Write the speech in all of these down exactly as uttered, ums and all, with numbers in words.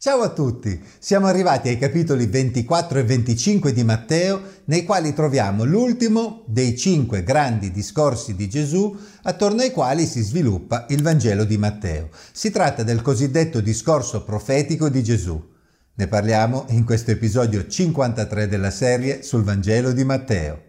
Ciao a tutti! Siamo arrivati ai capitoli ventiquattro e venticinque di Matteo, nei quali troviamo l'ultimo dei cinque grandi discorsi di Gesù attorno ai quali si sviluppa il Vangelo di Matteo. Si tratta del cosiddetto discorso profetico di Gesù. Ne parliamo in questo episodio cinquantatré della serie sul Vangelo di Matteo.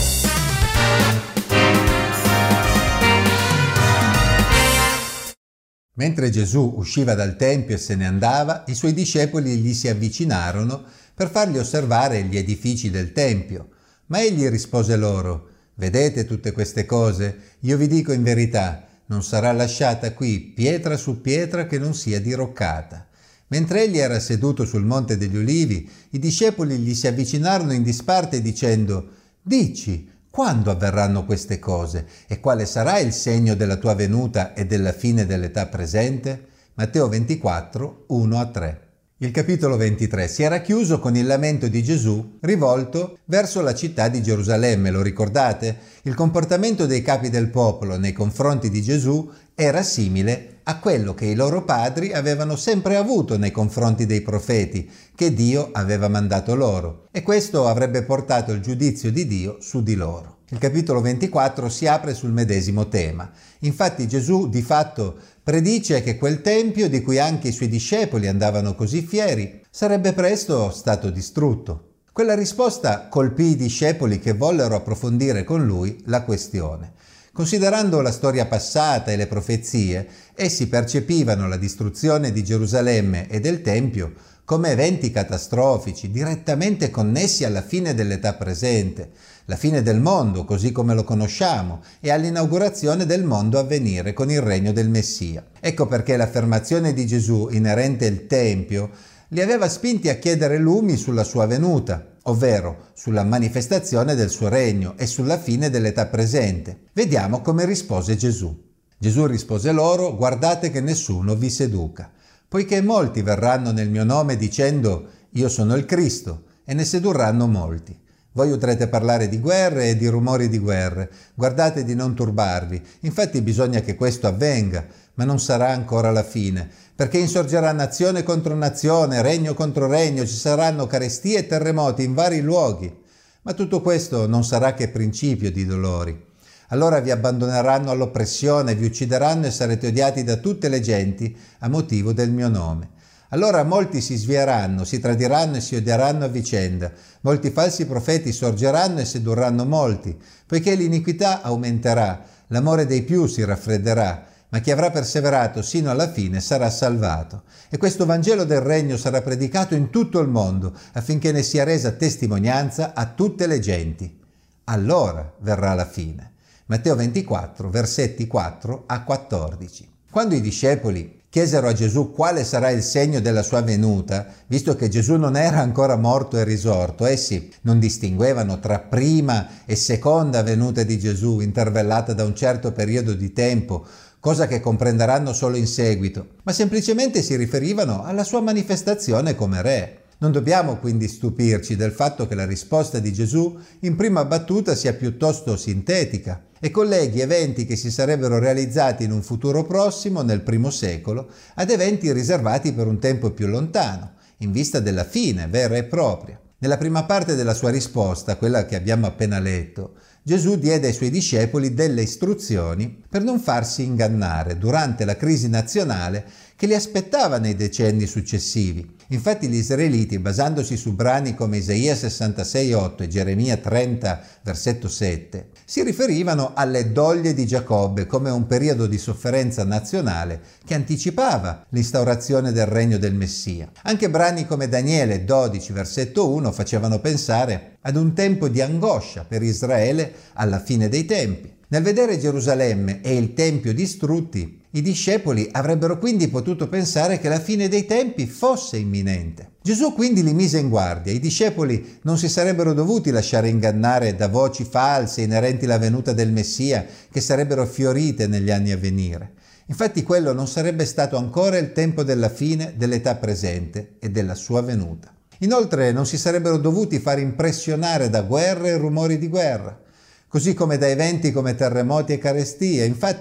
Mentre Gesù usciva dal Tempio e se ne andava, i suoi discepoli gli si avvicinarono per fargli osservare gli edifici del Tempio. Ma egli rispose loro: «Vedete tutte queste cose? Io vi dico in verità, non sarà lasciata qui pietra su pietra che non sia diroccata». Mentre egli era seduto sul Monte degli Ulivi, i discepoli gli si avvicinarono in disparte dicendo: «Dici, quando avverranno queste cose? E quale sarà il segno della tua venuta e della fine dell'età presente?» Matteo ventiquattro, uno a tre. Il capitolo ventitré si era chiuso con il lamento di Gesù rivolto verso la città di Gerusalemme. Lo ricordate? Il comportamento dei capi del popolo nei confronti di Gesù era simile a quello che i loro padri avevano sempre avuto nei confronti dei profeti che Dio aveva mandato loro, e questo avrebbe portato il giudizio di Dio su di loro. Il capitolo ventiquattro si apre sul medesimo tema. Infatti Gesù di fatto predice che quel tempio, di cui anche i suoi discepoli andavano così fieri, sarebbe presto stato distrutto. Quella risposta colpì i discepoli che vollero approfondire con lui la questione. Considerando la storia passata e le profezie, essi percepivano la distruzione di Gerusalemme e del Tempio come eventi catastrofici direttamente connessi alla fine dell'età presente, la fine del mondo così come lo conosciamo e all'inaugurazione del mondo a venire con il regno del Messia. Ecco perché l'affermazione di Gesù inerente al Tempio li aveva spinti a chiedere lumi sulla sua venuta, ovvero sulla manifestazione del suo regno e sulla fine dell'età presente. Vediamo come rispose Gesù. Gesù rispose loro: «Guardate che nessuno vi seduca, poiché molti verranno nel mio nome dicendo: io sono il Cristo, e ne sedurranno molti. Voi udrete parlare di guerre e di rumori di guerre. Guardate di non turbarvi. Infatti bisogna che questo avvenga, ma non sarà ancora la fine, perché insorgerà nazione contro nazione, regno contro regno, ci saranno carestie e terremoti in vari luoghi. Ma tutto questo non sarà che principio di dolori. Allora vi abbandoneranno all'oppressione, vi uccideranno e sarete odiati da tutte le genti a motivo del mio nome. Allora molti si svieranno, si tradiranno e si odieranno a vicenda. Molti falsi profeti sorgeranno e sedurranno molti, poiché l'iniquità aumenterà, l'amore dei più si raffredderà, ma chi avrà perseverato sino alla fine sarà salvato. E questo Vangelo del Regno sarà predicato in tutto il mondo, affinché ne sia resa testimonianza a tutte le genti. Allora verrà la fine». Matteo ventiquattro, versetti quattro a quattordici. Quando i discepoli chiesero a Gesù quale sarà il segno della sua venuta, visto che Gesù non era ancora morto e risorto, essi non distinguevano tra prima e seconda venuta di Gesù, intervellata da un certo periodo di tempo, cosa che comprenderanno solo in seguito, ma semplicemente si riferivano alla sua manifestazione come re. Non dobbiamo quindi stupirci del fatto che la risposta di Gesù in prima battuta sia piuttosto sintetica e colleghi eventi che si sarebbero realizzati in un futuro prossimo, nel primo secolo, ad eventi riservati per un tempo più lontano, in vista della fine vera e propria. Nella prima parte della sua risposta, quella che abbiamo appena letto, Gesù diede ai suoi discepoli delle istruzioni per non farsi ingannare durante la crisi nazionale che li aspettava nei decenni successivi. Infatti gli israeliti, basandosi su brani come Isaia sessantasei otto e Geremia trenta, versetto sette, si riferivano alle doglie di Giacobbe come un periodo di sofferenza nazionale che anticipava l'instaurazione del regno del Messia. Anche brani come Daniele dodici, versetto uno, facevano pensare ad un tempo di angoscia per Israele alla fine dei tempi. Nel vedere Gerusalemme e il Tempio distrutti, i discepoli avrebbero quindi potuto pensare che la fine dei tempi fosse imminente. Gesù quindi li mise in guardia. I discepoli non si sarebbero dovuti lasciare ingannare da voci false inerenti alla venuta del Messia che sarebbero fiorite negli anni a venire. Infatti quello non sarebbe stato ancora il tempo della fine dell'età presente e della sua venuta. Inoltre non si sarebbero dovuti far impressionare da guerre e rumori di guerra, così come da eventi come terremoti e carestie. Infatti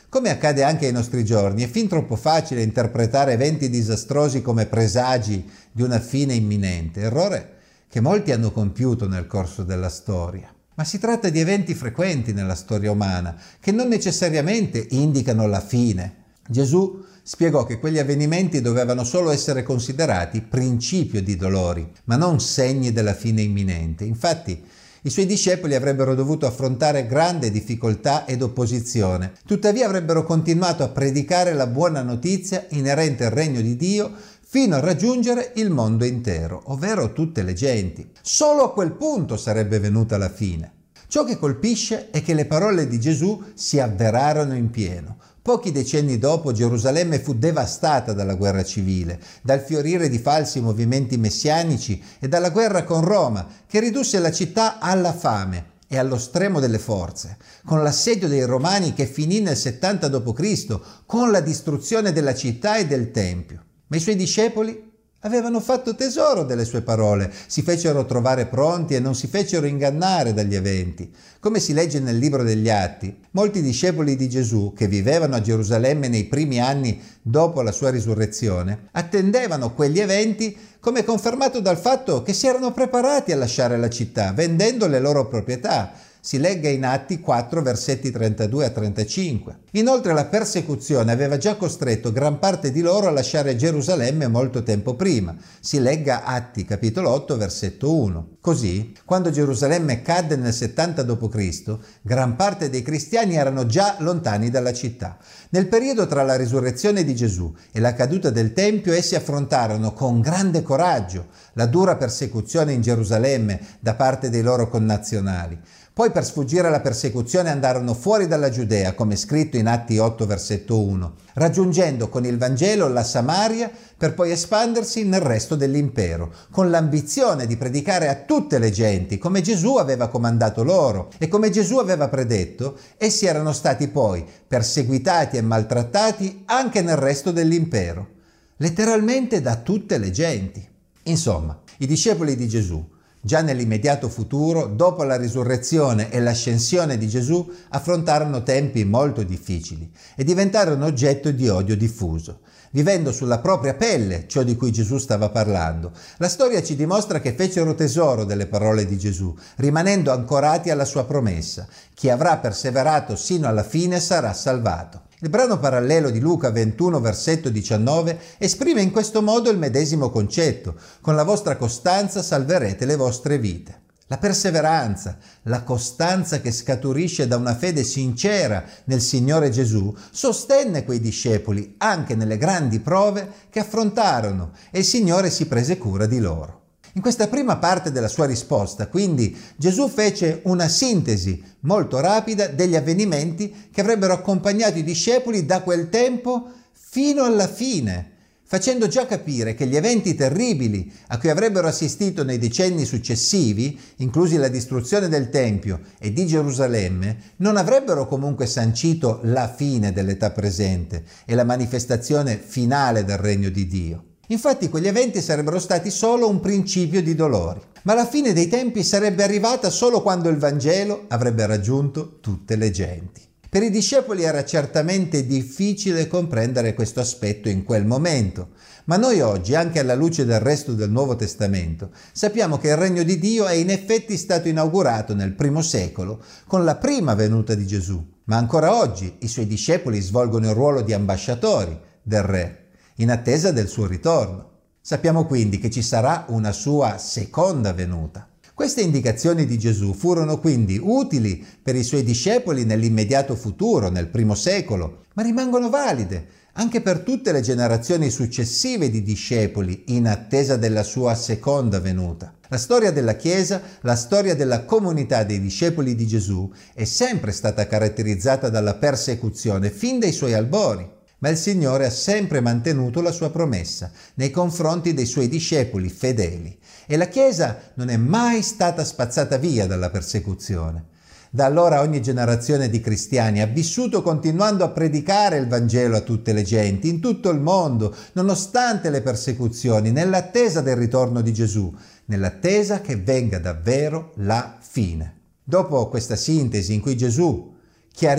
Come accade anche ai nostri giorni, è fin troppo facile interpretare eventi disastrosi come presagi di una fine imminente, errore che molti hanno compiuto nel corso della storia. Ma si tratta di eventi frequenti nella storia umana, che non necessariamente indicano la fine. Gesù spiegò che quegli avvenimenti dovevano solo essere considerati principio di dolori, ma non segni della fine imminente. Infatti, i suoi discepoli avrebbero dovuto affrontare grande difficoltà ed opposizione, tuttavia avrebbero continuato a predicare la buona notizia inerente al regno di Dio fino a raggiungere il mondo intero, ovvero tutte le genti. Solo a quel punto sarebbe venuta la fine. Ciò che colpisce è che le parole di Gesù si avverarono in pieno. Pochi decenni dopo Gerusalemme fu devastata dalla guerra civile, dal fiorire di falsi movimenti messianici e dalla guerra con Roma, che ridusse la città alla fame e allo stremo delle forze, con l'assedio dei Romani che finì nel settanta dopo Cristo, con la distruzione della città e del Tempio. Ma i suoi discepoli avevano fatto tesoro delle sue parole, si fecero trovare pronti e non si fecero ingannare dagli eventi. Come si legge nel libro degli Atti, molti discepoli di Gesù, che vivevano a Gerusalemme nei primi anni dopo la sua risurrezione, attendevano quegli eventi come confermato dal fatto che si erano preparati a lasciare la città, vendendo le loro proprietà. Si legga in Atti quattro, versetti trentadue a trentacinque. Inoltre la persecuzione aveva già costretto gran parte di loro a lasciare Gerusalemme molto tempo prima. Si legga Atti, capitolo otto, versetto uno. Così, quando Gerusalemme cadde nel settanta dopo Cristo, gran parte dei cristiani erano già lontani dalla città. Nel periodo tra la risurrezione di Gesù e la caduta del Tempio, essi affrontarono con grande coraggio la dura persecuzione in Gerusalemme da parte dei loro connazionali. Poi per sfuggire alla persecuzione andarono fuori dalla Giudea, come scritto in Atti otto, versetto uno, raggiungendo con il Vangelo la Samaria per poi espandersi nel resto dell'impero, con l'ambizione di predicare a tutte le genti, come Gesù aveva comandato loro. E come Gesù aveva predetto, essi erano stati poi perseguitati e maltrattati anche nel resto dell'impero, letteralmente da tutte le genti. Insomma, i discepoli di Gesù, già nell'immediato futuro, dopo la risurrezione e l'ascensione di Gesù, affrontarono tempi molto difficili e diventarono oggetto di odio diffuso, vivendo sulla propria pelle ciò di cui Gesù stava parlando. La storia ci dimostra che fecero tesoro delle parole di Gesù, rimanendo ancorati alla sua promessa: chi avrà perseverato sino alla fine sarà salvato. Il brano parallelo di Luca ventuno, versetto diciannove, esprime in questo modo il medesimo concetto: con la vostra costanza salverete le vostre vite. La perseveranza, la costanza che scaturisce da una fede sincera nel Signore Gesù, sostenne quei discepoli anche nelle grandi prove che affrontarono, e il Signore si prese cura di loro. In questa prima parte della sua risposta, quindi, Gesù fece una sintesi molto rapida degli avvenimenti che avrebbero accompagnato i discepoli da quel tempo fino alla fine, facendo già capire che gli eventi terribili a cui avrebbero assistito nei decenni successivi, inclusi la distruzione del Tempio e di Gerusalemme, non avrebbero comunque sancito la fine dell'età presente e la manifestazione finale del regno di Dio. Infatti quegli eventi sarebbero stati solo un principio di dolori, ma la fine dei tempi sarebbe arrivata solo quando il Vangelo avrebbe raggiunto tutte le genti. Per i discepoli era certamente difficile comprendere questo aspetto in quel momento, ma noi oggi, anche alla luce del resto del Nuovo Testamento, sappiamo che il regno di Dio è in effetti stato inaugurato nel primo secolo con la prima venuta di Gesù, ma ancora oggi i suoi discepoli svolgono il ruolo di ambasciatori del Re, in attesa del suo ritorno. Sappiamo quindi che ci sarà una sua seconda venuta. Queste indicazioni di Gesù furono quindi utili per i suoi discepoli nell'immediato futuro, nel primo secolo, ma rimangono valide anche per tutte le generazioni successive di discepoli in attesa della sua seconda venuta. La storia della Chiesa, la storia della comunità dei discepoli di Gesù è sempre stata caratterizzata dalla persecuzione fin dai suoi albori. Ma il Signore ha sempre mantenuto la sua promessa nei confronti dei suoi discepoli fedeli e la Chiesa non è mai stata spazzata via dalla persecuzione. Da allora ogni generazione di cristiani ha vissuto continuando a predicare il Vangelo a tutte le genti, in tutto il mondo, nonostante le persecuzioni, nell'attesa del ritorno di Gesù, nell'attesa che venga davvero la fine. Dopo questa sintesi in cui Gesù chiarì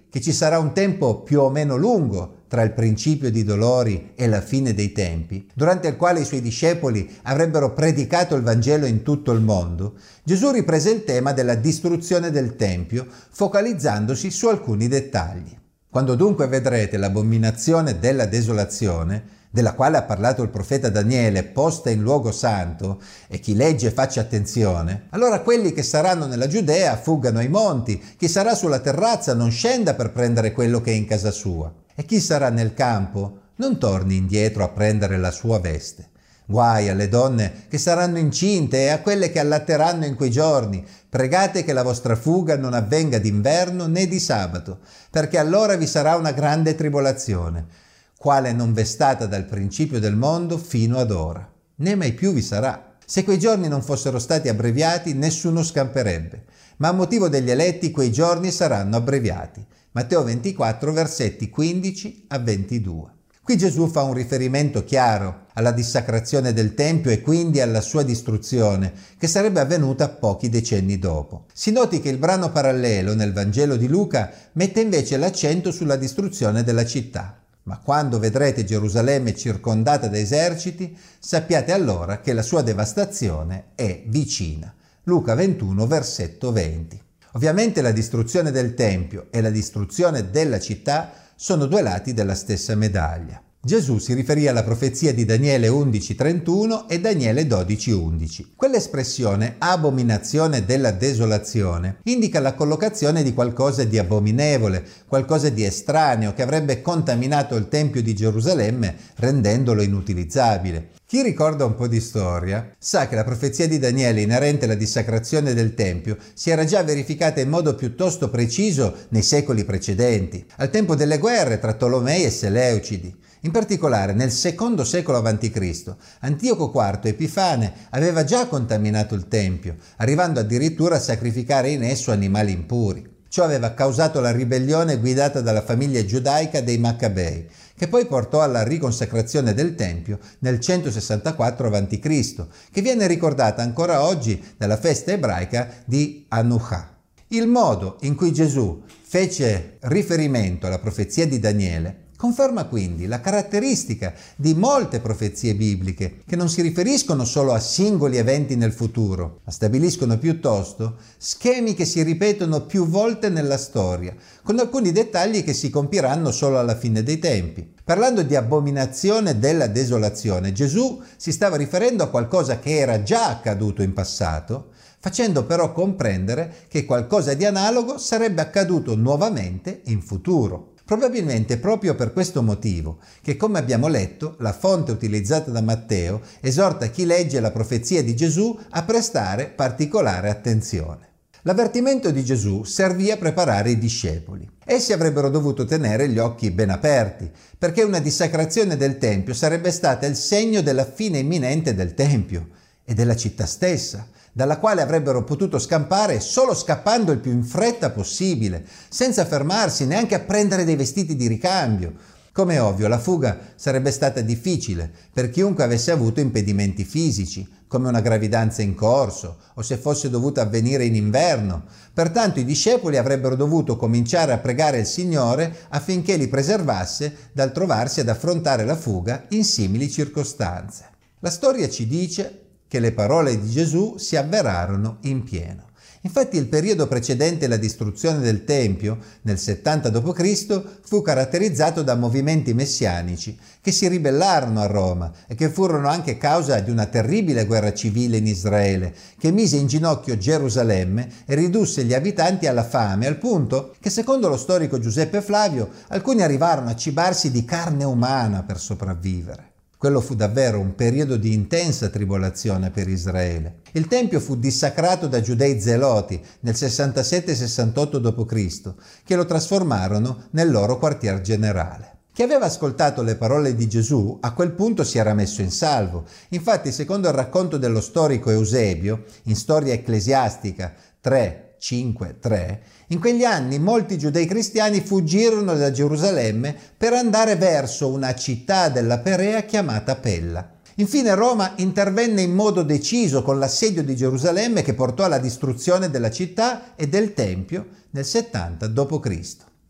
che ci sarà un tempo più o meno lungo tra il principio di dolori e la fine dei tempi, durante il quale i suoi discepoli avrebbero predicato il Vangelo in tutto il mondo, Gesù riprese il tema della distruzione del Tempio, focalizzandosi su alcuni dettagli. Quando dunque vedrete l'abominazione della desolazione, della quale ha parlato il profeta Daniele, posta in luogo santo, e chi legge faccia attenzione, allora quelli che saranno nella Giudea fuggano ai monti, chi sarà sulla terrazza non scenda per prendere quello che è in casa sua, e chi sarà nel campo non torni indietro a prendere la sua veste. Guai alle donne che saranno incinte e a quelle che allatteranno in quei giorni. Pregate che la vostra fuga non avvenga d'inverno né di sabato, perché allora vi sarà una grande tribolazione, quale non v'è stata dal principio del mondo fino ad ora, né mai più vi sarà. Se quei giorni non fossero stati abbreviati, nessuno scamperebbe, ma a motivo degli eletti quei giorni saranno abbreviati. Matteo ventiquattro, versetti quindici a ventidue. Qui Gesù fa un riferimento chiaro alla dissacrazione del Tempio e quindi alla sua distruzione, che sarebbe avvenuta pochi decenni dopo. Si noti che il brano parallelo nel Vangelo di Luca mette invece l'accento sulla distruzione della città. Ma quando vedrete Gerusalemme circondata da eserciti, sappiate allora che la sua devastazione è vicina. Luca ventuno, versetto venti. Ovviamente la distruzione del Tempio e la distruzione della città sono due lati della stessa medaglia. Gesù si riferì alla profezia di Daniele undici trentuno e Daniele dodici undici. Quell'espressione abominazione della desolazione indica la collocazione di qualcosa di abominevole, qualcosa di estraneo che avrebbe contaminato il Tempio di Gerusalemme rendendolo inutilizzabile. Chi ricorda un po' di storia sa che la profezia di Daniele inerente alla dissacrazione del Tempio si era già verificata in modo piuttosto preciso nei secoli precedenti, al tempo delle guerre tra Tolomei e Seleucidi. In particolare nel secondo secolo avanti Cristo Antioco quarto Epifane aveva già contaminato il Tempio, arrivando addirittura a sacrificare in esso animali impuri. Ciò aveva causato la ribellione guidata dalla famiglia giudaica dei Maccabei, che poi portò alla riconsacrazione del Tempio nel centosessantaquattro avanti Cristo, che viene ricordata ancora oggi nella festa ebraica di Hanukkah. Il modo in cui Gesù fece riferimento alla profezia di Daniele conferma quindi la caratteristica di molte profezie bibliche, che non si riferiscono solo a singoli eventi nel futuro, ma stabiliscono piuttosto schemi che si ripetono più volte nella storia, con alcuni dettagli che si compiranno solo alla fine dei tempi. Parlando di abominazione della desolazione, Gesù si stava riferendo a qualcosa che era già accaduto in passato, facendo però comprendere che qualcosa di analogo sarebbe accaduto nuovamente in futuro. Probabilmente proprio per questo motivo che, come abbiamo letto, la fonte utilizzata da Matteo esorta chi legge la profezia di Gesù a prestare particolare attenzione. L'avvertimento di Gesù servì a preparare i discepoli. Essi avrebbero dovuto tenere gli occhi ben aperti, perché una dissacrazione del Tempio sarebbe stata il segno della fine imminente del Tempio e della città stessa, dalla quale avrebbero potuto scampare solo scappando il più in fretta possibile, senza fermarsi neanche a prendere dei vestiti di ricambio. Come ovvio, la fuga sarebbe stata difficile per chiunque avesse avuto impedimenti fisici, come una gravidanza in corso o se fosse dovuta avvenire in inverno. Pertanto i discepoli avrebbero dovuto cominciare a pregare il Signore affinché li preservasse dal trovarsi ad affrontare la fuga in simili circostanze. La storia ci dice che le parole di Gesù si avverarono in pieno. Infatti il periodo precedente la distruzione del Tempio, nel settanta dopo Cristo, fu caratterizzato da movimenti messianici che si ribellarono a Roma e che furono anche causa di una terribile guerra civile in Israele, che mise in ginocchio Gerusalemme e ridusse gli abitanti alla fame, al punto che, secondo lo storico Giuseppe Flavio, alcuni arrivarono a cibarsi di carne umana per sopravvivere. Quello fu davvero un periodo di intensa tribolazione per Israele. Il Tempio fu dissacrato da giudei zeloti nel sessantasette sessantotto dopo Cristo, che lo trasformarono nel loro quartier generale. Chi aveva ascoltato le parole di Gesù a quel punto si era messo in salvo. Infatti, secondo il racconto dello storico Eusebio, in Storia Ecclesiastica tre cinque tre, in quegli anni molti giudei cristiani fuggirono da Gerusalemme per andare verso una città della Perea chiamata Pella. Infine Roma intervenne in modo deciso con l'assedio di Gerusalemme, che portò alla distruzione della città e del Tempio nel settanta dopo Cristo.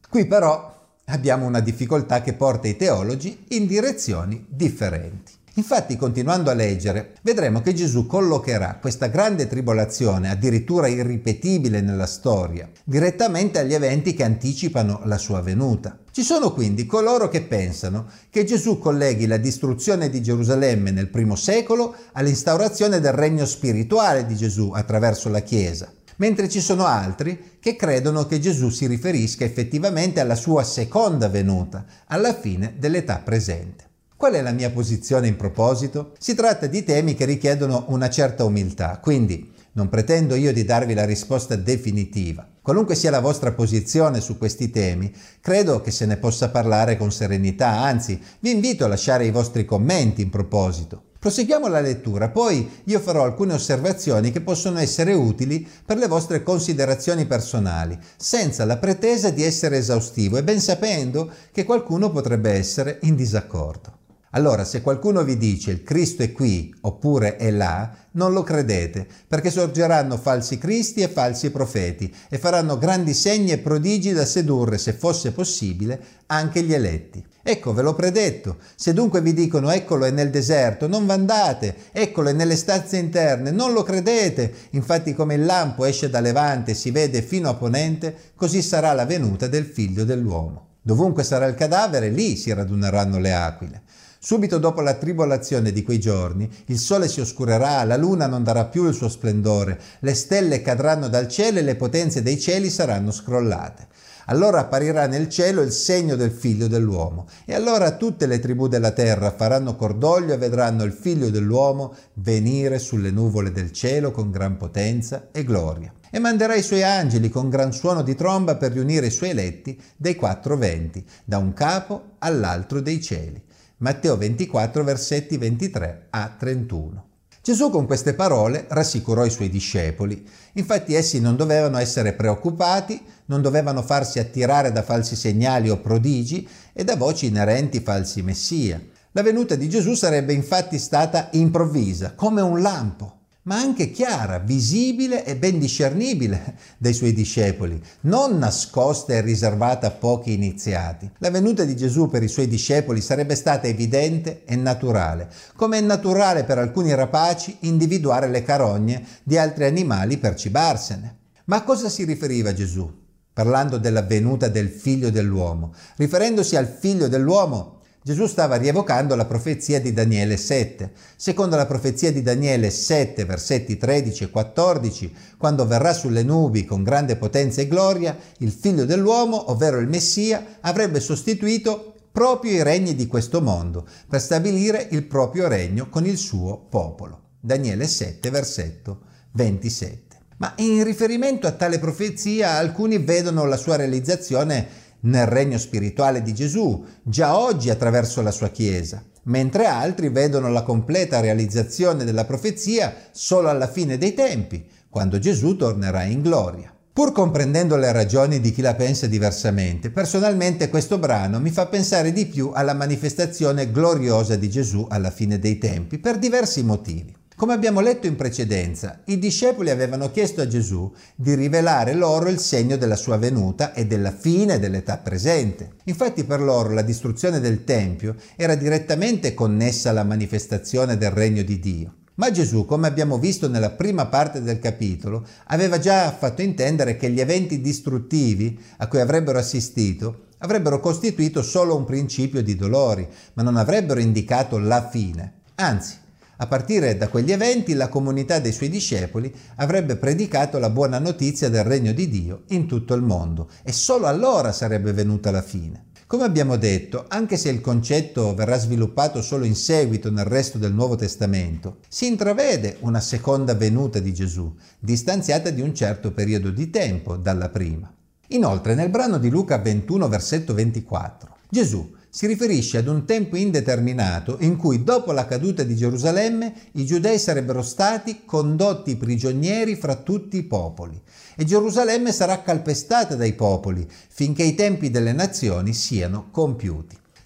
Qui però abbiamo una difficoltà che porta i teologi in direzioni differenti. Infatti, continuando a leggere, vedremo che Gesù collocherà questa grande tribolazione, addirittura irripetibile nella storia, direttamente agli eventi che anticipano la sua venuta. Ci sono quindi coloro che pensano che Gesù colleghi la distruzione di Gerusalemme nel primo secolo all'instaurazione del regno spirituale di Gesù attraverso la Chiesa, mentre ci sono altri che credono che Gesù si riferisca effettivamente alla sua seconda venuta, alla fine dell'età presente. Qual è la mia posizione in proposito? Si tratta di temi che richiedono una certa umiltà, quindi non pretendo io di darvi la risposta definitiva. Qualunque sia la vostra posizione su questi temi, credo che se ne possa parlare con serenità, anzi, vi invito a lasciare i vostri commenti in proposito. Proseguiamo la lettura, poi io farò alcune osservazioni che possono essere utili per le vostre considerazioni personali, senza la pretesa di essere esaustivo e ben sapendo che qualcuno potrebbe essere in disaccordo. Allora, se qualcuno vi dice il Cristo è qui oppure è là, non lo credete, perché sorgeranno falsi cristi e falsi profeti e faranno grandi segni e prodigi da sedurre, se fosse possibile, anche gli eletti. Ecco, ve l'ho predetto. Se dunque vi dicono eccolo è nel deserto, non v'andate, eccolo è nelle stanze interne, non lo credete. Infatti come il lampo esce da levante e si vede fino a ponente, così sarà la venuta del Figlio dell'uomo. Dovunque sarà il cadavere, lì si raduneranno le aquile. Subito dopo la tribolazione di quei giorni, il sole si oscurerà, la luna non darà più il suo splendore, le stelle cadranno dal cielo e le potenze dei cieli saranno scrollate. Allora apparirà nel cielo il segno del Figlio dell'uomo, e allora tutte le tribù della terra faranno cordoglio e vedranno il Figlio dell'uomo venire sulle nuvole del cielo con gran potenza e gloria. E manderà i suoi angeli con gran suono di tromba per riunire i suoi eletti dei quattro venti, da un capo all'altro dei cieli. Matteo ventiquattro, versetti ventitré a trentuno. Gesù con queste parole rassicurò i suoi discepoli. Infatti essi non dovevano essere preoccupati, non dovevano farsi attirare da falsi segnali o prodigi e da voci inerenti falsi messia. La venuta di Gesù sarebbe infatti stata improvvisa, come un lampo, ma anche chiara, visibile e ben discernibile dai suoi discepoli, non nascosta e riservata a pochi iniziati. La venuta di Gesù per i suoi discepoli sarebbe stata evidente e naturale, come è naturale per alcuni rapaci individuare le carogne di altri animali per cibarsene. Ma a cosa si riferiva Gesù, parlando della venuta del Figlio dell'uomo? Riferendosi al Figlio dell'uomo, Gesù stava rievocando la profezia di Daniele sette. Secondo la profezia di Daniele sette, versetti tredici e quattordici, quando verrà sulle nubi con grande potenza e gloria, il Figlio dell'uomo, ovvero il Messia, avrebbe sostituito proprio i regni di questo mondo per stabilire il proprio regno con il suo popolo. Daniele sette, versetto ventisette. Ma in riferimento a tale profezia, alcuni vedono la sua realizzazione nel regno spirituale di Gesù, già oggi attraverso la sua Chiesa, mentre altri vedono la completa realizzazione della profezia solo alla fine dei tempi, quando Gesù tornerà in gloria. Pur comprendendo le ragioni di chi la pensa diversamente, personalmente questo brano mi fa pensare di più alla manifestazione gloriosa di Gesù alla fine dei tempi, per diversi motivi. Come abbiamo letto in precedenza, i discepoli avevano chiesto a Gesù di rivelare loro il segno della sua venuta e della fine dell'età presente. Infatti per loro la distruzione del Tempio era direttamente connessa alla manifestazione del regno di Dio. Ma Gesù, come abbiamo visto nella prima parte del capitolo, aveva già fatto intendere che gli eventi distruttivi a cui avrebbero assistito avrebbero costituito solo un principio di dolori, ma non avrebbero indicato la fine. Anzi, a partire da quegli eventi, la comunità dei suoi discepoli avrebbe predicato la buona notizia del regno di Dio in tutto il mondo e solo allora sarebbe venuta la fine. Come abbiamo detto, anche se il concetto verrà sviluppato solo in seguito nel resto del Nuovo Testamento, si intravede una seconda venuta di Gesù, distanziata di un certo periodo di tempo dalla prima. Inoltre, nel brano di Luca ventuno, versetto ventiquattro, Gesù si riferisce ad un tempo indeterminato in cui dopo la caduta di Gerusalemme i giudei sarebbero stati condotti prigionieri fra tutti i popoli e Gerusalemme sarà calpestata dai popoli finché i tempi delle nazioni siano compiuti.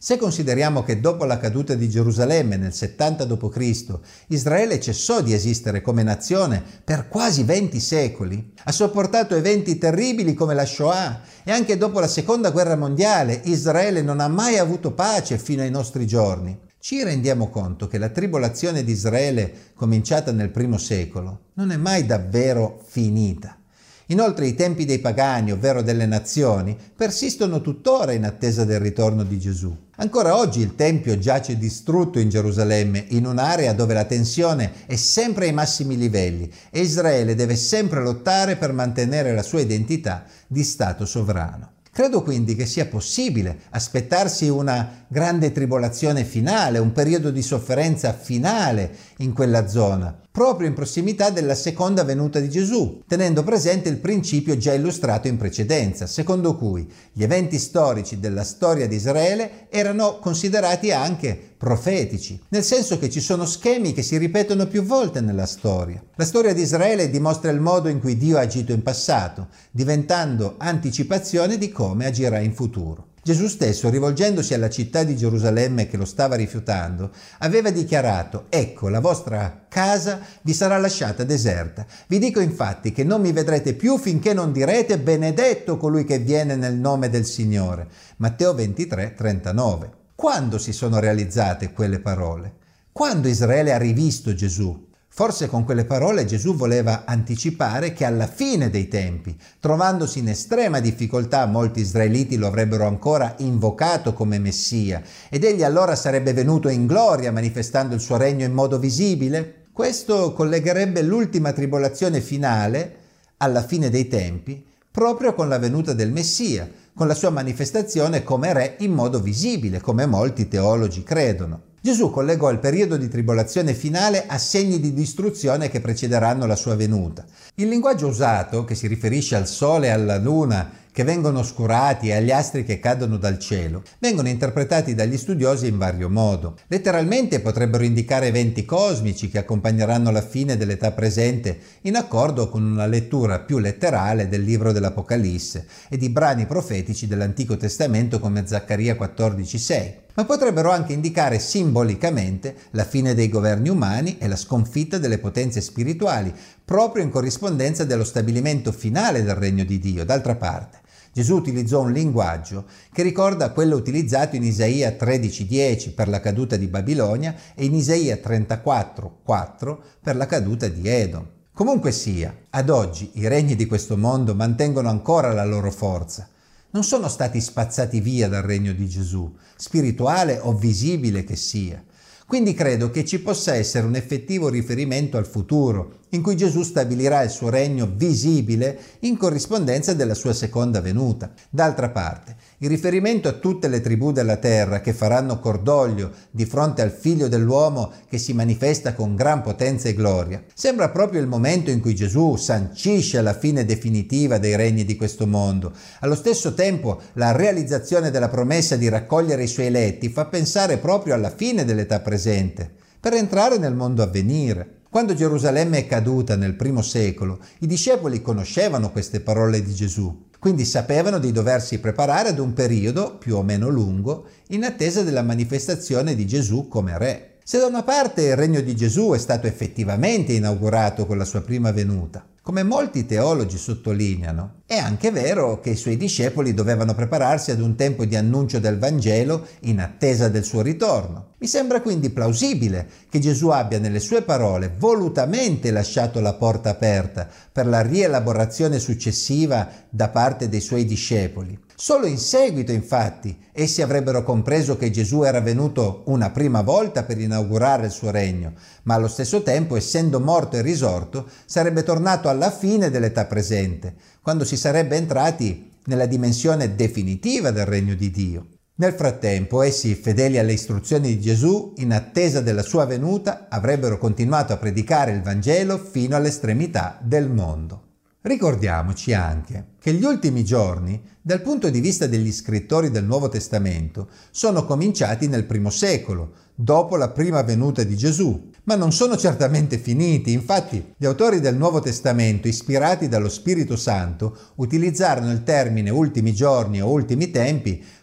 Se consideriamo che dopo la caduta di Gerusalemme nel settanta dopo Cristo Israele cessò di esistere come nazione per quasi venti secoli, ha sopportato eventi terribili come la Shoah e anche dopo la seconda guerra mondiale Israele non ha mai avuto pace fino ai nostri giorni, ci rendiamo conto che la tribolazione di Israele, cominciata nel primo secolo, non è mai davvero finita. Inoltre i tempi dei pagani, ovvero delle nazioni, persistono tuttora in attesa del ritorno di Gesù. Ancora oggi il Tempio giace distrutto in Gerusalemme, in un'area dove la tensione è sempre ai massimi livelli e Israele deve sempre lottare per mantenere la sua identità di Stato sovrano. Credo quindi che sia possibile aspettarsi una grande tribolazione finale, un periodo di sofferenza finale in quella zona, proprio in prossimità della seconda venuta di Gesù, tenendo presente il principio già illustrato in precedenza, secondo cui gli eventi storici della storia di Israele erano considerati anche profetici, nel senso che ci sono schemi che si ripetono più volte nella storia. La storia di Israele dimostra il modo in cui Dio ha agito in passato, diventando anticipazione di come agirà in futuro. Gesù stesso, rivolgendosi alla città di Gerusalemme che lo stava rifiutando, aveva dichiarato: «Ecco, la vostra casa vi sarà lasciata deserta. Vi dico infatti che non mi vedrete più finché non direte: benedetto colui che viene nel nome del Signore». Matteo ventitré, trentanove. Quando si sono realizzate quelle parole? Quando Israele ha rivisto Gesù? Forse con quelle parole Gesù voleva anticipare che alla fine dei tempi, trovandosi in estrema difficoltà, molti israeliti lo avrebbero ancora invocato come Messia ed egli allora sarebbe venuto in gloria manifestando il suo regno in modo visibile. Questo collegherebbe l'ultima tribolazione finale, alla fine dei tempi, proprio con la venuta del Messia, con la sua manifestazione come re in modo visibile, come molti teologi credono. Gesù collegò il periodo di tribolazione finale a segni di distruzione che precederanno la sua venuta. Il linguaggio usato, che si riferisce al sole e alla luna che vengono oscurati e agli astri che cadono dal cielo, vengono interpretati dagli studiosi in vario modo. Letteralmente potrebbero indicare eventi cosmici che accompagneranno la fine dell'età presente, in accordo con una lettura più letterale del libro dell'Apocalisse e di brani profetici dell'Antico Testamento come Zaccaria quattordici sei. Ma potrebbero anche indicare simbolicamente la fine dei governi umani e la sconfitta delle potenze spirituali, proprio in corrispondenza dello stabilimento finale del regno di Dio. D'altra parte, Gesù utilizzò un linguaggio che ricorda quello utilizzato in Isaia tredici dieci per la caduta di Babilonia e in Isaia trentaquattro quattro per la caduta di Edom. Comunque sia, ad oggi i regni di questo mondo mantengono ancora la loro forza. Non sono stati spazzati via dal regno di Gesù, spirituale o visibile che sia. Quindi credo che ci possa essere un effettivo riferimento al futuro, in cui Gesù stabilirà il suo regno visibile in corrispondenza della sua seconda venuta. D'altra parte, il riferimento a tutte le tribù della terra che faranno cordoglio di fronte al Figlio dell'uomo che si manifesta con gran potenza e gloria, sembra proprio il momento in cui Gesù sancisce la fine definitiva dei regni di questo mondo. Allo stesso tempo, la realizzazione della promessa di raccogliere i suoi eletti fa pensare proprio alla fine dell'età presente, per entrare nel mondo a venire. Quando Gerusalemme è caduta nel primo secolo, i discepoli conoscevano queste parole di Gesù, quindi sapevano di doversi preparare ad un periodo più o meno lungo in attesa della manifestazione di Gesù come re. Se da una parte il regno di Gesù è stato effettivamente inaugurato con la sua prima venuta, come molti teologi sottolineano, è anche vero che i suoi discepoli dovevano prepararsi ad un tempo di annuncio del Vangelo in attesa del suo ritorno. Mi sembra quindi plausibile che Gesù abbia nelle sue parole volutamente lasciato la porta aperta per la rielaborazione successiva da parte dei suoi discepoli. Solo in seguito, infatti, essi avrebbero compreso che Gesù era venuto una prima volta per inaugurare il suo regno, ma allo stesso tempo, essendo morto e risorto, sarebbe tornato alla fine dell'età presente, quando si sarebbe entrati nella dimensione definitiva del regno di Dio. Nel frattempo, essi, fedeli alle istruzioni di Gesù, in attesa della sua venuta, avrebbero continuato a predicare il Vangelo fino all'estremità del mondo. Ricordiamoci anche che gli ultimi giorni, dal punto di vista degli scrittori del Nuovo Testamento, sono cominciati nel primo secolo, dopo la prima venuta di Gesù, ma non sono certamente finiti. Infatti, gli autori del Nuovo Testamento, ispirati dallo Spirito Santo, utilizzarono il termine ultimi giorni o ultimi tempi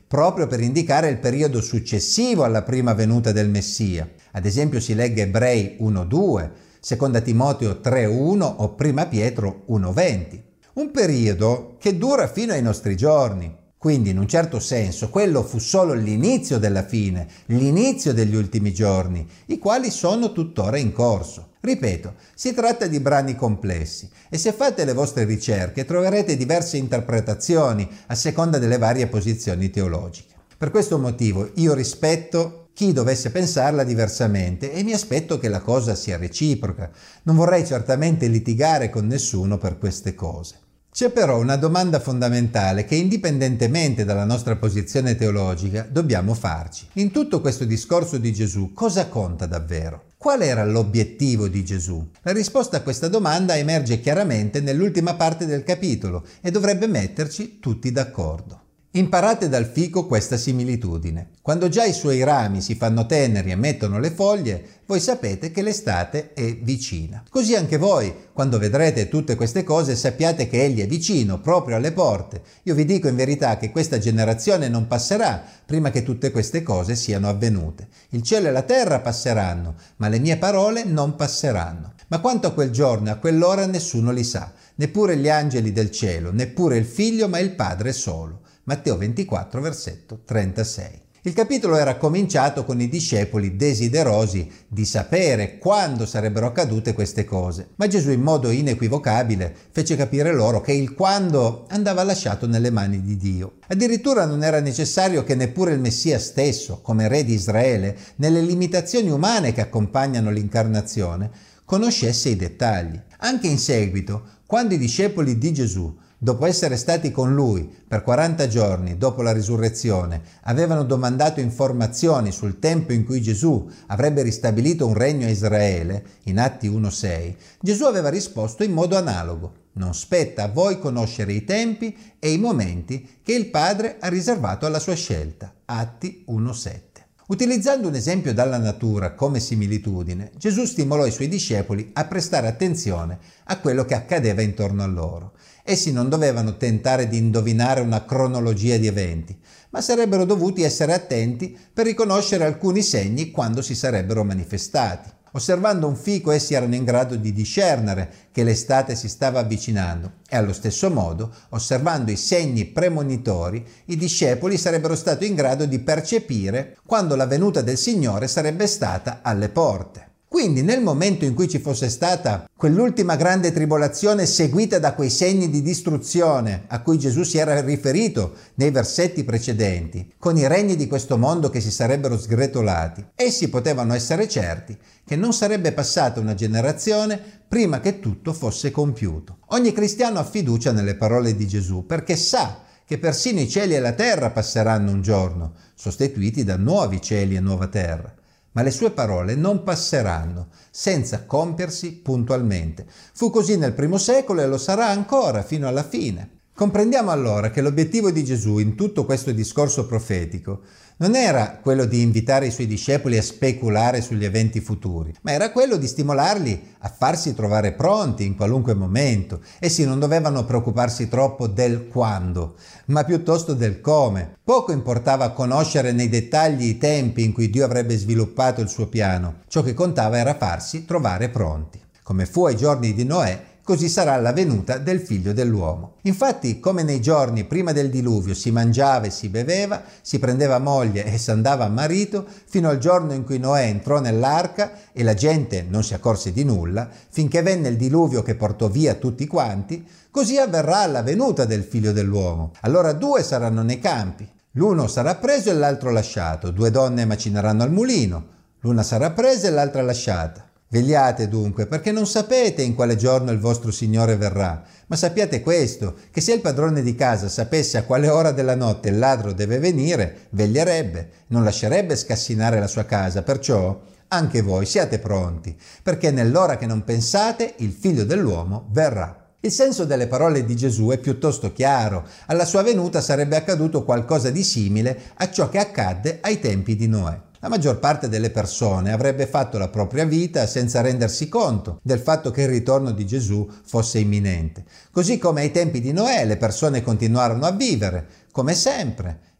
proprio per indicare il periodo successivo alla prima venuta del Messia. Ad esempio si legge Ebrei uno due, seconda Timoteo tre uno o prima Pietro uno venti. Un periodo che dura fino ai nostri giorni. Quindi in un certo senso quello fu solo l'inizio della fine, l'inizio degli ultimi giorni, i quali sono tuttora in corso. Ripeto, si tratta di brani complessi e se fate le vostre ricerche troverete diverse interpretazioni a seconda delle varie posizioni teologiche. Per questo motivo io rispetto chi dovesse pensarla diversamente e mi aspetto che la cosa sia reciproca. Non vorrei certamente litigare con nessuno per queste cose. C'è però una domanda fondamentale che indipendentemente dalla nostra posizione teologica dobbiamo farci. In tutto questo discorso di Gesù cosa conta davvero? Qual era l'obiettivo di Gesù? La risposta a questa domanda emerge chiaramente nell'ultima parte del capitolo e dovrebbe metterci tutti d'accordo. Imparate dal fico questa similitudine. Quando già i suoi rami si fanno teneri e mettono le foglie, voi sapete che l'estate è vicina. Così anche voi, quando vedrete tutte queste cose, sappiate che Egli è vicino, proprio alle porte. Io vi dico in verità che questa generazione non passerà prima che tutte queste cose siano avvenute. Il cielo e la terra passeranno, ma le mie parole non passeranno. Ma quanto a quel giorno e a quell'ora nessuno li sa, neppure gli angeli del cielo, neppure il Figlio, ma il Padre solo. Matteo ventiquattro, versetto trentasei. Il capitolo era cominciato con i discepoli desiderosi di sapere quando sarebbero accadute queste cose, ma Gesù in modo inequivocabile fece capire loro che il quando andava lasciato nelle mani di Dio. Addirittura non era necessario che neppure il Messia stesso, come re di Israele, nelle limitazioni umane che accompagnano l'incarnazione, conoscesse i dettagli. Anche in seguito, quando i discepoli di Gesù, dopo essere stati con lui per quaranta giorni dopo la risurrezione, avevano domandato informazioni sul tempo in cui Gesù avrebbe ristabilito un regno a Israele, in Atti uno sei, Gesù aveva risposto in modo analogo. Non spetta a voi conoscere i tempi e i momenti che il Padre ha riservato alla sua scelta. Atti uno sette. Utilizzando un esempio dalla natura come similitudine, Gesù stimolò i suoi discepoli a prestare attenzione a quello che accadeva intorno a loro. Essi non dovevano tentare di indovinare una cronologia di eventi, ma sarebbero dovuti essere attenti per riconoscere alcuni segni quando si sarebbero manifestati. Osservando un fico, essi erano in grado di discernere che l'estate si stava avvicinando e allo stesso modo, osservando i segni premonitori, i discepoli sarebbero stati in grado di percepire quando la venuta del Signore sarebbe stata alle porte. Quindi nel momento in cui ci fosse stata quell'ultima grande tribolazione seguita da quei segni di distruzione a cui Gesù si era riferito nei versetti precedenti, con i regni di questo mondo che si sarebbero sgretolati, essi potevano essere certi che non sarebbe passata una generazione prima che tutto fosse compiuto. Ogni cristiano ha fiducia nelle parole di Gesù perché sa che persino i cieli e la terra passeranno un giorno, sostituiti da nuovi cieli e nuova terra. Ma le sue parole non passeranno senza compiersi puntualmente. Fu così nel primo secolo e lo sarà ancora fino alla fine. Comprendiamo allora che l'obiettivo di Gesù in tutto questo discorso profetico non era quello di invitare i suoi discepoli a speculare sugli eventi futuri, ma era quello di stimolarli a farsi trovare pronti in qualunque momento. Essi non dovevano preoccuparsi troppo del quando, ma piuttosto del come. Poco importava conoscere nei dettagli i tempi in cui Dio avrebbe sviluppato il suo piano. Ciò che contava era farsi trovare pronti. Come fu ai giorni di Noè, così sarà la venuta del Figlio dell'uomo. Infatti, come nei giorni prima del diluvio si mangiava e si beveva, si prendeva moglie e s'andava a marito, fino al giorno in cui Noè entrò nell'arca e la gente non si accorse di nulla, finché venne il diluvio che portò via tutti quanti, così avverrà alla venuta del Figlio dell'uomo. Allora due saranno nei campi, l'uno sarà preso e l'altro lasciato, due donne macineranno al mulino, l'una sarà presa e l'altra lasciata. Vegliate dunque, perché non sapete in quale giorno il vostro Signore verrà, ma sappiate questo, che se il padrone di casa sapesse a quale ora della notte il ladro deve venire, veglierebbe, non lascerebbe scassinare la sua casa, perciò anche voi siate pronti, perché nell'ora che non pensate il Figlio dell'uomo verrà. Il senso delle parole di Gesù è piuttosto chiaro. Alla sua venuta sarebbe accaduto qualcosa di simile a ciò che accadde ai tempi di Noè. La maggior parte delle persone avrebbe fatto la propria vita senza rendersi conto del fatto che il ritorno di Gesù fosse imminente. Così come ai tempi di Noè le persone continuarono a vivere, come sempre,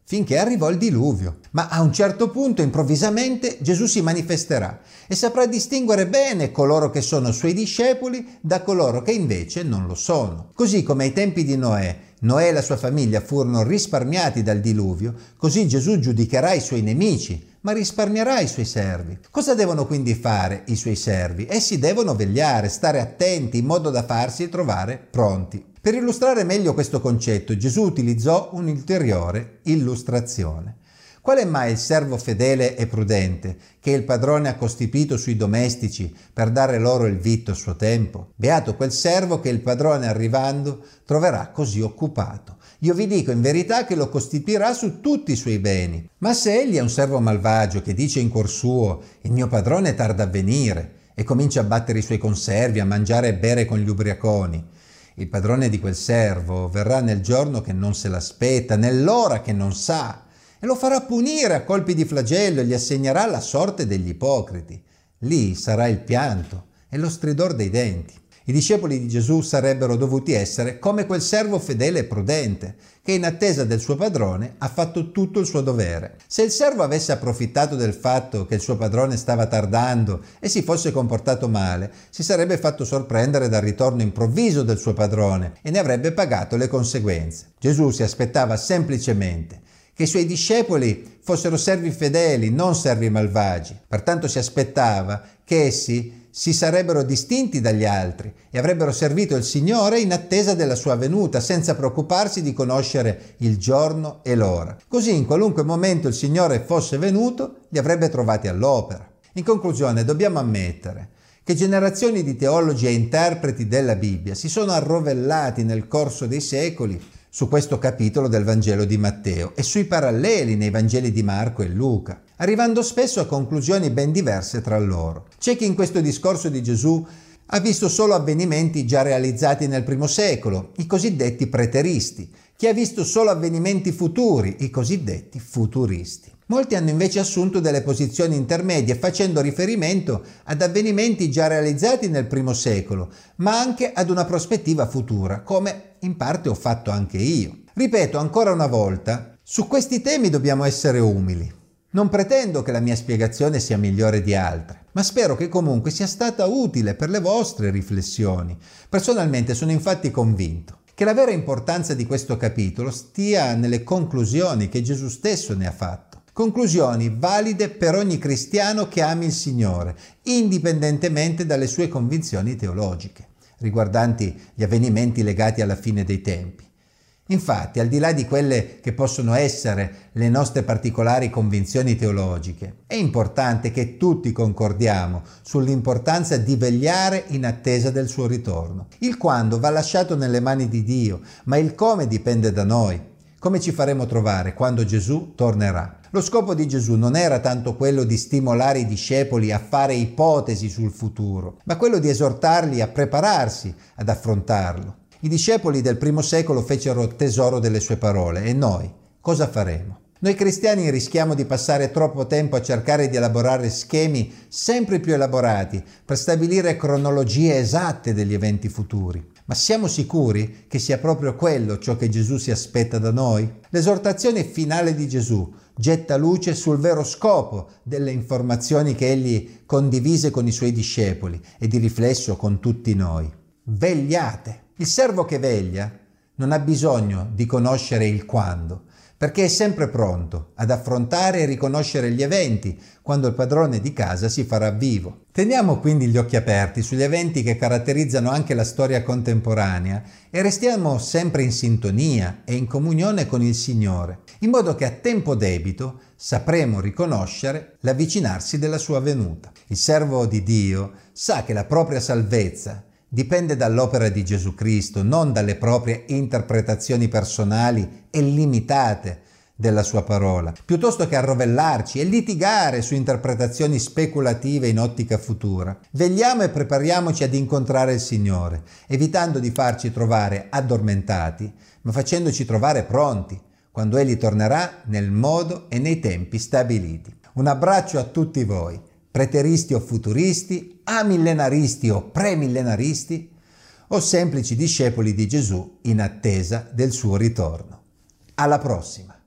finché arrivò il diluvio. Ma a un certo punto, improvvisamente, Gesù si manifesterà e saprà distinguere bene coloro che sono suoi discepoli da coloro che invece non lo sono. Così come ai tempi di Noè, Noè e la sua famiglia furono risparmiati dal diluvio, così Gesù giudicherà i suoi nemici, ma risparmierà i suoi servi. Cosa devono quindi fare i suoi servi? Essi devono vegliare, stare attenti in modo da farsi trovare pronti. Per illustrare meglio questo concetto, Gesù utilizzò un'ulteriore illustrazione. Qual è mai il servo fedele e prudente che il padrone ha costituito sui domestici per dare loro il vitto a suo tempo? Beato quel servo che il padrone arrivando troverà così occupato. Io vi dico in verità che lo costituirà su tutti i suoi beni. Ma se egli è un servo malvagio che dice in cuor suo «Il mio padrone tarda a venire» e comincia a battere i suoi conservi, a mangiare e bere con gli ubriaconi, il padrone di quel servo verrà nel giorno che non se l'aspetta, nell'ora che non sa, e lo farà punire a colpi di flagello e gli assegnerà la sorte degli ipocriti. Lì sarà il pianto e lo stridor dei denti. I discepoli di Gesù sarebbero dovuti essere come quel servo fedele e prudente, che in attesa del suo padrone ha fatto tutto il suo dovere. Se il servo avesse approfittato del fatto che il suo padrone stava tardando e si fosse comportato male, si sarebbe fatto sorprendere dal ritorno improvviso del suo padrone e ne avrebbe pagato le conseguenze. Gesù si aspettava semplicemente che i suoi discepoli fossero servi fedeli, non servi malvagi. Pertanto si aspettava che essi si sarebbero distinti dagli altri e avrebbero servito il Signore in attesa della sua venuta, senza preoccuparsi di conoscere il giorno e l'ora. Così, in qualunque momento il Signore fosse venuto, li avrebbe trovati all'opera. In conclusione, dobbiamo ammettere che generazioni di teologi e interpreti della Bibbia si sono arrovellati nel corso dei secoli su questo capitolo del Vangelo di Matteo e sui paralleli nei Vangeli di Marco e Luca, arrivando spesso a conclusioni ben diverse tra loro. C'è chi in questo discorso di Gesù ha visto solo avvenimenti già realizzati nel primo secolo, i cosiddetti preteristi, chi ha visto solo avvenimenti futuri, i cosiddetti futuristi. Molti hanno invece assunto delle posizioni intermedie facendo riferimento ad avvenimenti già realizzati nel primo secolo, ma anche ad una prospettiva futura, come in parte ho fatto anche io. Ripeto ancora una volta, su questi temi dobbiamo essere umili. Non pretendo che la mia spiegazione sia migliore di altre, ma spero che comunque sia stata utile per le vostre riflessioni. Personalmente sono infatti convinto che la vera importanza di questo capitolo stia nelle conclusioni che Gesù stesso ne ha fatto. Conclusioni valide per ogni cristiano che ami il Signore, indipendentemente dalle sue convinzioni teologiche, riguardanti gli avvenimenti legati alla fine dei tempi. Infatti, al di là di quelle che possono essere le nostre particolari convinzioni teologiche, è importante che tutti concordiamo sull'importanza di vegliare in attesa del suo ritorno. Il quando va lasciato nelle mani di Dio, ma il come dipende da noi. Come ci faremo trovare quando Gesù tornerà? Lo scopo di Gesù non era tanto quello di stimolare i discepoli a fare ipotesi sul futuro, ma quello di esortarli a prepararsi ad affrontarlo. I discepoli del primo secolo fecero tesoro delle sue parole e noi cosa faremo? Noi cristiani rischiamo di passare troppo tempo a cercare di elaborare schemi sempre più elaborati per stabilire cronologie esatte degli eventi futuri. Ma siamo sicuri che sia proprio quello ciò che Gesù si aspetta da noi? L'esortazione finale di Gesù getta luce sul vero scopo delle informazioni che egli condivise con i suoi discepoli e di riflesso con tutti noi. Vegliate! Il servo che veglia non ha bisogno di conoscere il quando, perché è sempre pronto ad affrontare e riconoscere gli eventi quando il padrone di casa si farà vivo. Teniamo quindi gli occhi aperti sugli eventi che caratterizzano anche la storia contemporanea e restiamo sempre in sintonia e in comunione con il Signore, in modo che a tempo debito sapremo riconoscere l'avvicinarsi della sua venuta. Il servo di Dio sa che la propria salvezza dipende dall'opera di Gesù Cristo, non dalle proprie interpretazioni personali e limitate della sua parola, piuttosto che arrovellarci e litigare su interpretazioni speculative in ottica futura. Vegliamo e prepariamoci ad incontrare il Signore, evitando di farci trovare addormentati, ma facendoci trovare pronti, quando Egli tornerà nel modo e nei tempi stabiliti. Un abbraccio a tutti voi, preteristi o futuristi, amillenaristi o premillenaristi, o semplici discepoli di Gesù in attesa del suo ritorno. Alla prossima!